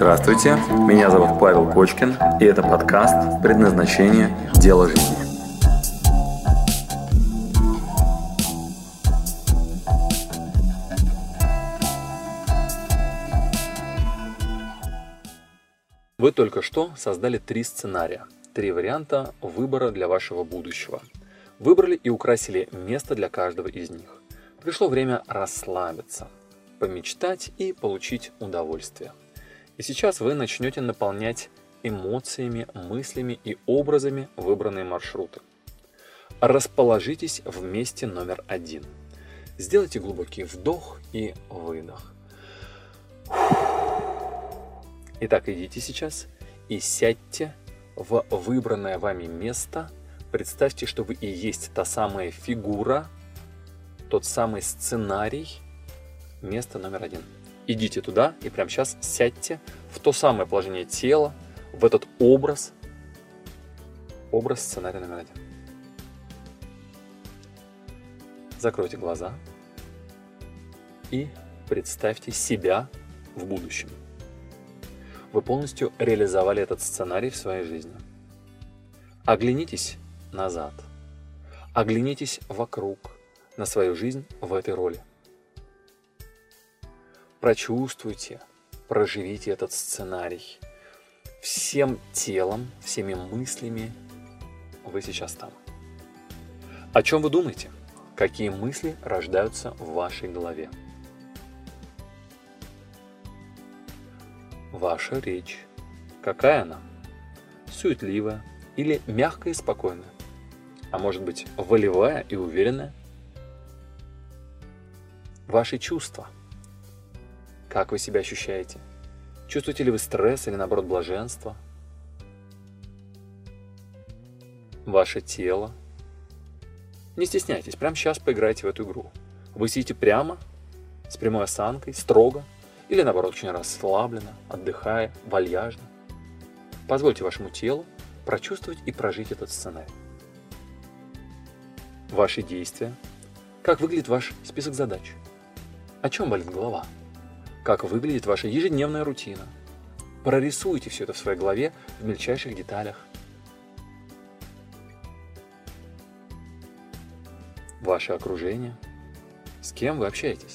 Здравствуйте, меня зовут Павел Кочкин, и это подкаст «Предназначение. Дело жизни». Вы только что создали 3 сценария, 3 варианта выбора для вашего будущего. Выбрали и украсили место для каждого из них. Пришло время расслабиться, помечтать и получить удовольствие. И сейчас вы начнете наполнять эмоциями, мыслями и образами выбранные маршруты. Расположитесь в месте номер 1. Сделайте глубокий вдох и выдох. Итак, идите сейчас и сядьте в выбранное вами место. Представьте, что вы и есть та самая фигура, тот самый сценарий, место номер 1. Идите туда и прямо сейчас сядьте в то самое положение тела, в этот образ сценария номер 1. Закройте глаза и представьте себя в будущем. Вы полностью реализовали этот сценарий в своей жизни. Оглянитесь назад. Оглянитесь вокруг на свою жизнь в этой роли. Прочувствуйте, проживите этот сценарий. Всем телом, всеми мыслями вы сейчас там. О чем вы думаете? Какие мысли рождаются в вашей голове? Ваша речь. Какая она? Суетливая или мягкая и спокойная? А может быть, волевая и уверенная? Ваши чувства. Как вы себя ощущаете? Чувствуете ли вы стресс или, наоборот, блаженство? Ваше тело. Не стесняйтесь, прямо сейчас поиграйте в эту игру. Вы сидите прямо, с прямой осанкой, строго, или, наоборот, очень расслабленно, отдыхая, вальяжно. Позвольте вашему телу прочувствовать и прожить этот сценарий. Ваши действия. Как выглядит ваш список задач? О чем болит голова? Как выглядит ваша ежедневная рутина? Прорисуйте все это в своей голове в мельчайших деталях. Ваше окружение. С кем вы общаетесь?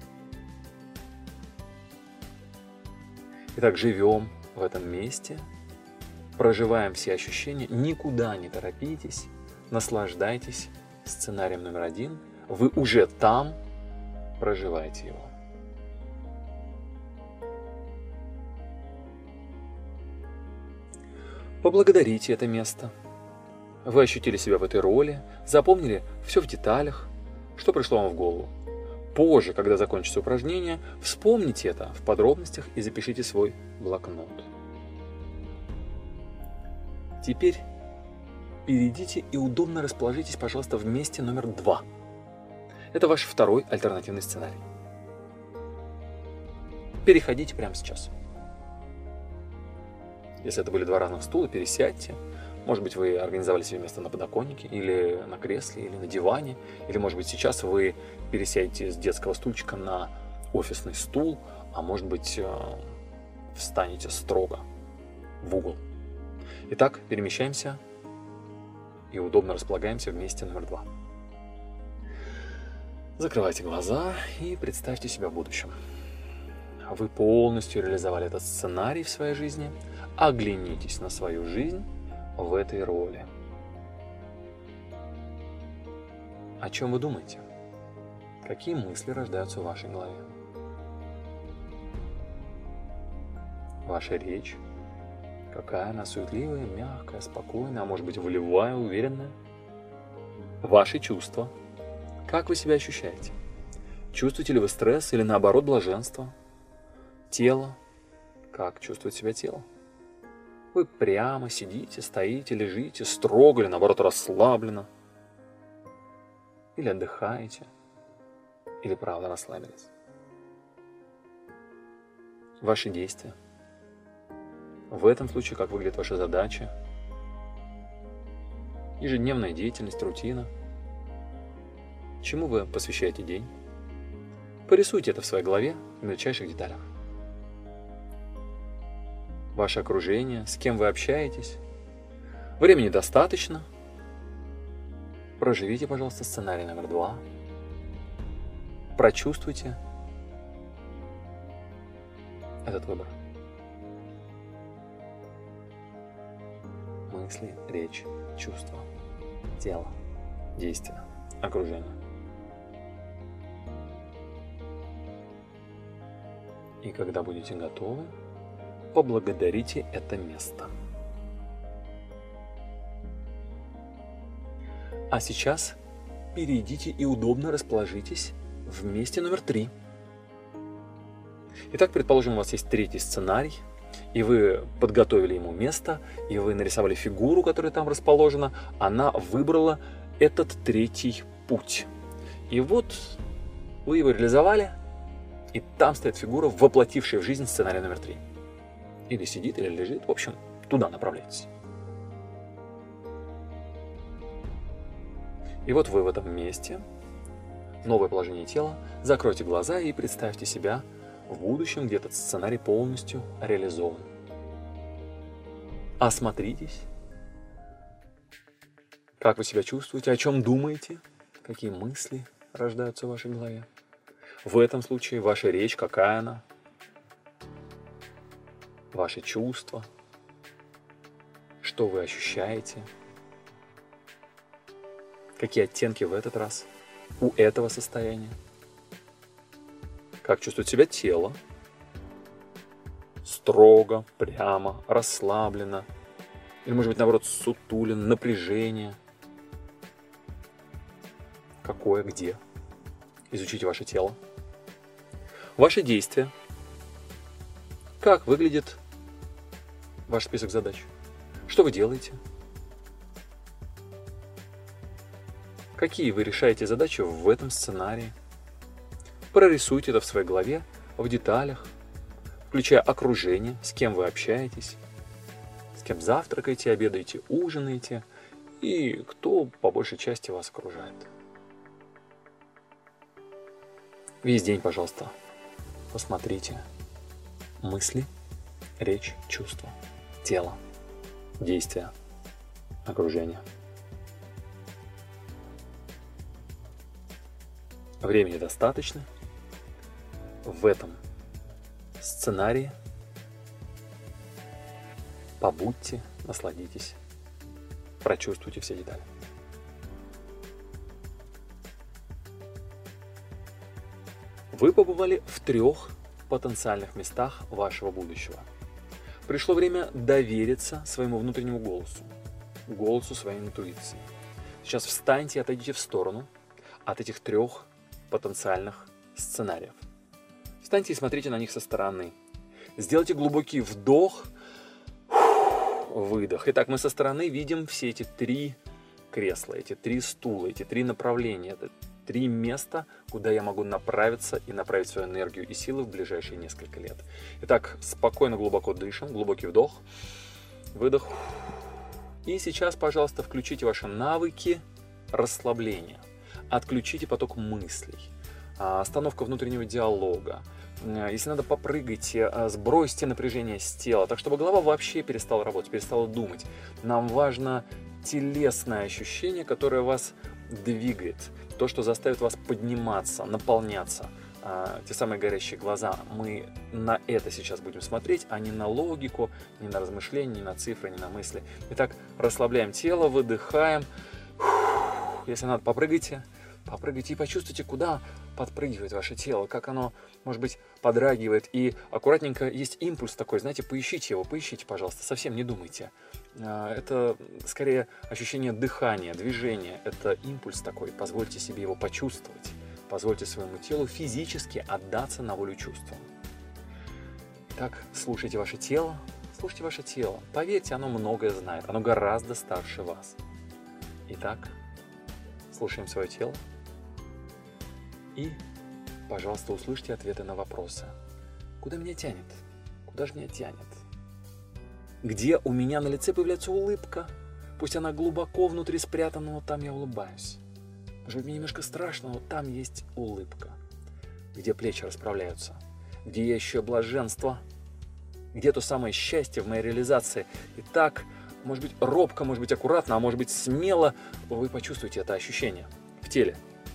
Итак, живем в этом месте, проживаем все ощущения, никуда не торопитесь, наслаждайтесь сценарием номер 1. Вы уже там, проживайте его. Поблагодарите это место. Вы ощутили себя в этой роли, запомнили все в деталях, что пришло вам в голову. Позже, когда закончится упражнение, вспомните это в подробностях и запишите свой блокнот. Теперь перейдите и удобно расположитесь, пожалуйста, в месте номер 2. Это ваш второй альтернативный сценарий. Переходите прямо сейчас. Если это были 2 разных стула, пересядьте. Может быть, вы организовали себе место на подоконнике, или на кресле, или на диване. Или, может быть, сейчас вы пересядете с детского стульчика на офисный стул, а может быть, встанете строго в угол. Итак, перемещаемся и удобно располагаемся в месте номер 2. Закрывайте глаза и представьте себя в будущем. Вы полностью реализовали этот сценарий в своей жизни. Оглянитесь на свою жизнь в этой роли. О чем вы думаете? Какие мысли рождаются в вашей голове? Ваша речь. Какая она суетливая, мягкая, спокойная, а может быть волевая, уверенная? Ваши чувства. Как вы себя ощущаете? Чувствуете ли вы стресс или, наоборот, блаженство? Тело. Как чувствует себя тело? Вы прямо сидите, стоите, лежите, строго или, наоборот, расслабленно? Или отдыхаете? Или, правда, расслабились? Ваши действия. В этом случае, как выглядит ваша задача? Ежедневная деятельность, рутина. Чему вы посвящаете день? Порисуйте это в своей голове в мельчайших деталях. ваше окружение, с кем вы общаетесь. Времени достаточно. Проживите, пожалуйста, сценарий номер 2. Прочувствуйте этот выбор. Мысли, речь, чувства, тело, действия, окружение. И когда будете готовы, поблагодарите это место. А сейчас перейдите и удобно расположитесь в месте номер 3. Итак, предположим, у вас есть третий сценарий, и вы подготовили ему место, и вы нарисовали фигуру, которая там расположена, она выбрала этот третий путь. И вот вы его реализовали, и там стоит фигура, воплотившая в жизнь сценарий номер 3. Или сидит, или лежит, в общем, туда направляйтесь. И вот вы в этом месте, новое положение тела, закройте глаза и представьте себя в будущем, где этот сценарий полностью реализован. Осмотритесь, как вы себя чувствуете, о чем думаете, какие мысли рождаются в вашей голове. В этом случае ваша речь, какая она, ваши чувства, что вы ощущаете, какие оттенки в этот раз у этого состояния, как чувствует себя тело, строго, прямо, расслабленно, или, может быть, наоборот, сутулен, напряжение, какое, где. Изучите ваше тело, ваши действия, как выглядит ваш список задач, что вы делаете, какие вы решаете задачи в этом сценарии. Прорисуйте это в своей голове, в деталях, включая окружение, с кем вы общаетесь, с кем завтракаете, обедаете, ужинаете и кто по большей части вас окружает. Весь день, пожалуйста, посмотрите мысли, речь, чувства, тело, действия, окружение. Времени достаточно. В этом сценарии побудьте, насладитесь, прочувствуйте все детали. Вы побывали в 3 потенциальных местах вашего будущего. Пришло время довериться своему внутреннему голосу, голосу своей интуиции. Сейчас встаньте и отойдите в сторону от этих 3 потенциальных сценариев. Встаньте и смотрите на них со стороны. Сделайте глубокий вдох, выдох. Итак, мы со стороны видим все эти 3 кресла, эти 3 стула, эти 3 направления. Это 3 места, куда я могу направиться и направить свою энергию и силы в ближайшие несколько лет. Итак, спокойно, глубоко дышим, глубокий вдох, выдох. И сейчас, пожалуйста, включите ваши навыки расслабления. Отключите поток мыслей, остановка внутреннего диалога. Если надо, попрыгайте, сбросьте напряжение с тела, так чтобы голова вообще перестала работать, перестала думать. Нам важно телесное ощущение, которое вас двигает, то, что заставит вас подниматься, наполняться. Те самые горящие глаза. Мы на это сейчас будем смотреть, а не на логику, не на размышления, не на цифры, не на мысли. Итак, расслабляем тело, выдыхаем. Если надо, попрыгайте и почувствуйте, куда подпрыгивает ваше тело, как оно, может быть, подрагивает. И аккуратненько есть импульс такой, знаете, поищите его, поищите, пожалуйста, совсем не думайте. Это скорее ощущение дыхания, движения, это импульс такой, позвольте себе его почувствовать, позвольте своему телу физически отдаться на волю чувствам. Так, слушайте ваше тело, поверьте, оно многое знает, оно гораздо старше вас. Итак, слушаем свое тело. И, пожалуйста, услышьте ответы на вопросы. Куда меня тянет? Куда же меня тянет? Где у меня на лице появляется улыбка? Пусть она глубоко внутри спрятана, но там я улыбаюсь. Может быть, мне немножко страшно, но там есть улыбка. Где плечи расправляются? Где я ищу блаженство? Где то самое счастье в моей реализации? И так, может быть, робко, может быть, аккуратно, а может быть, смело вы почувствуете это ощущение в теле.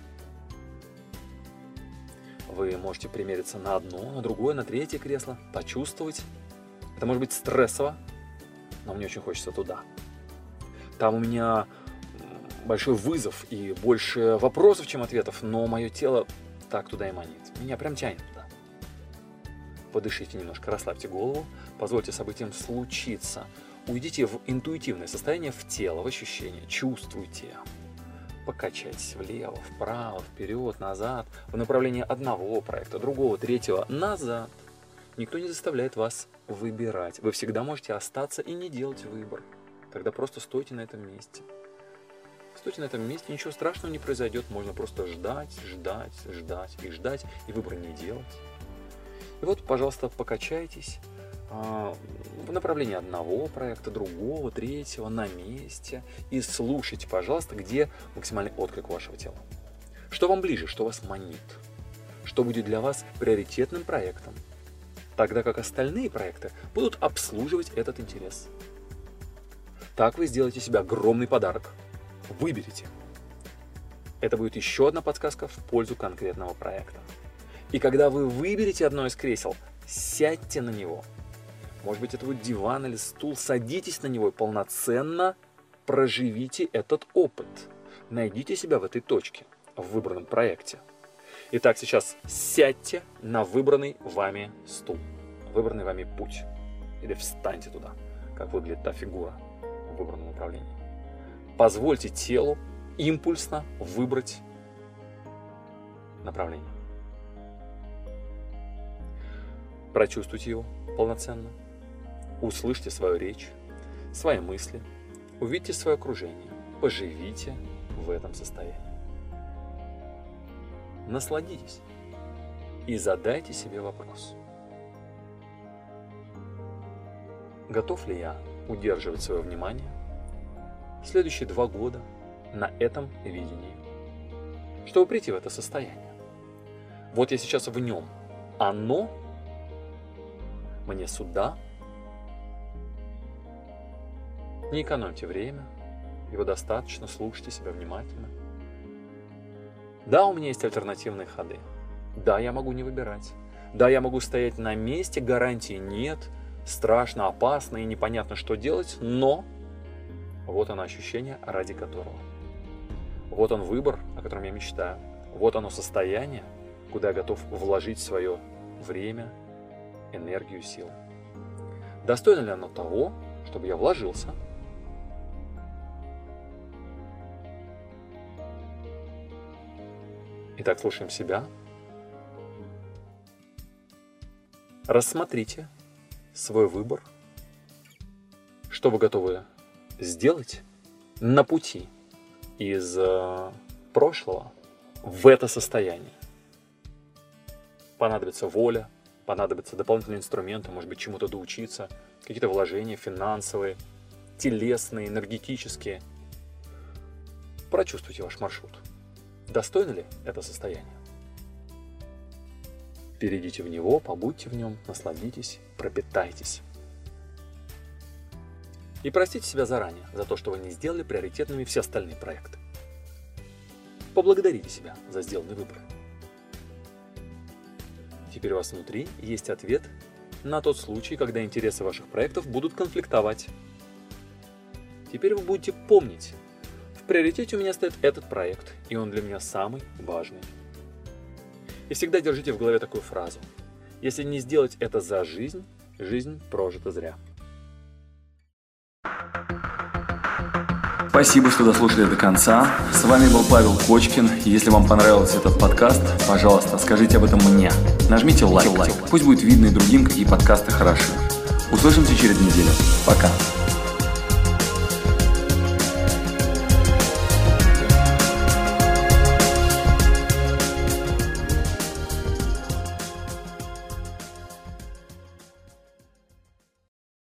Вы можете примериться на одно, на другое, на третье кресло, почувствовать. Это может быть стрессово, но мне очень хочется туда. Там у меня большой вызов и больше вопросов, чем ответов, но мое тело так туда и манит. Меня прям тянет туда. Подышите немножко, расслабьте голову, позвольте событиям случиться. Уйдите в интуитивное состояние, в тело, в ощущения, чувствуйте. Покачайтесь влево, вправо, вперед, назад, в направлении одного проекта, другого, третьего, назад. Никто не заставляет вас выбирать. Вы всегда можете остаться и не делать выбор. Тогда просто стойте на этом месте. Стойте на этом месте, ничего страшного не произойдет. Можно просто ждать, ждать, ждать и ждать, и выбор не делать. И вот, пожалуйста, покачайтесь в направлении одного проекта, другого, третьего, на месте. И слушайте, пожалуйста, где максимальный отклик вашего тела. Что вам ближе, что вас манит, что будет для вас приоритетным проектом, тогда как остальные проекты будут обслуживать этот интерес. Так вы сделаете себе огромный подарок. Выберите. Это будет еще одна подсказка в пользу конкретного проекта. И когда вы выберете одно из кресел, сядьте на него. Может быть, это будет диван или стул. Садитесь на него и полноценно проживите этот опыт. Найдите себя в этой точке, в выбранном проекте. Итак, сейчас сядьте на выбранный вами стул, выбранный вами путь. Или встаньте туда, как выглядит та фигура в выбранном направлении. Позвольте телу импульсно выбрать направление. Прочувствуйте его полноценно. Услышьте свою речь, свои мысли. Увидьте свое окружение. Поживите в этом состоянии. Насладитесь и задайте себе вопрос. Готов ли я удерживать свое внимание следующие 2 года на этом видении, чтобы прийти в это состояние? Вот я сейчас в нем. Оно мне сюда. Не экономьте время, его достаточно, слушайте себя внимательно. Да, у меня есть альтернативные ходы. Да, я могу не выбирать. Да, я могу стоять на месте, гарантии нет, страшно, опасно и непонятно, что делать, но вот оно ощущение, ради которого. Вот он выбор, о котором я мечтаю. Вот оно состояние, куда я готов вложить свое время, энергию, силу. Достойно ли оно того, чтобы я вложился? Итак, слушаем себя. Рассмотрите свой выбор, что вы готовы сделать на пути из прошлого в это состояние. Понадобится воля, понадобятся дополнительные инструменты, может быть, чему-то доучиться, какие-то вложения финансовые, телесные, энергетические. Прочувствуйте ваш маршрут. Достойно ли это состояние? Перейдите в него, побудьте в нем, насладитесь, пропитайтесь. И простите себя заранее за то, что вы не сделали приоритетными все остальные проекты. Поблагодарите себя за сделанный выбор. Теперь у вас внутри есть ответ на тот случай, когда интересы ваших проектов будут конфликтовать. Теперь вы будете помнить, в приоритете у меня стоит этот проект, и он для меня самый важный. И всегда держите в голове такую фразу: если не сделать это за жизнь, жизнь прожита зря. Спасибо, что дослушали до конца. С вами был Павел Кочкин. Если вам понравился этот подкаст, пожалуйста, скажите об этом мне. Нажмите лайк. Пусть будет видно и другим, какие подкасты хороши. Услышимся через неделю. Пока.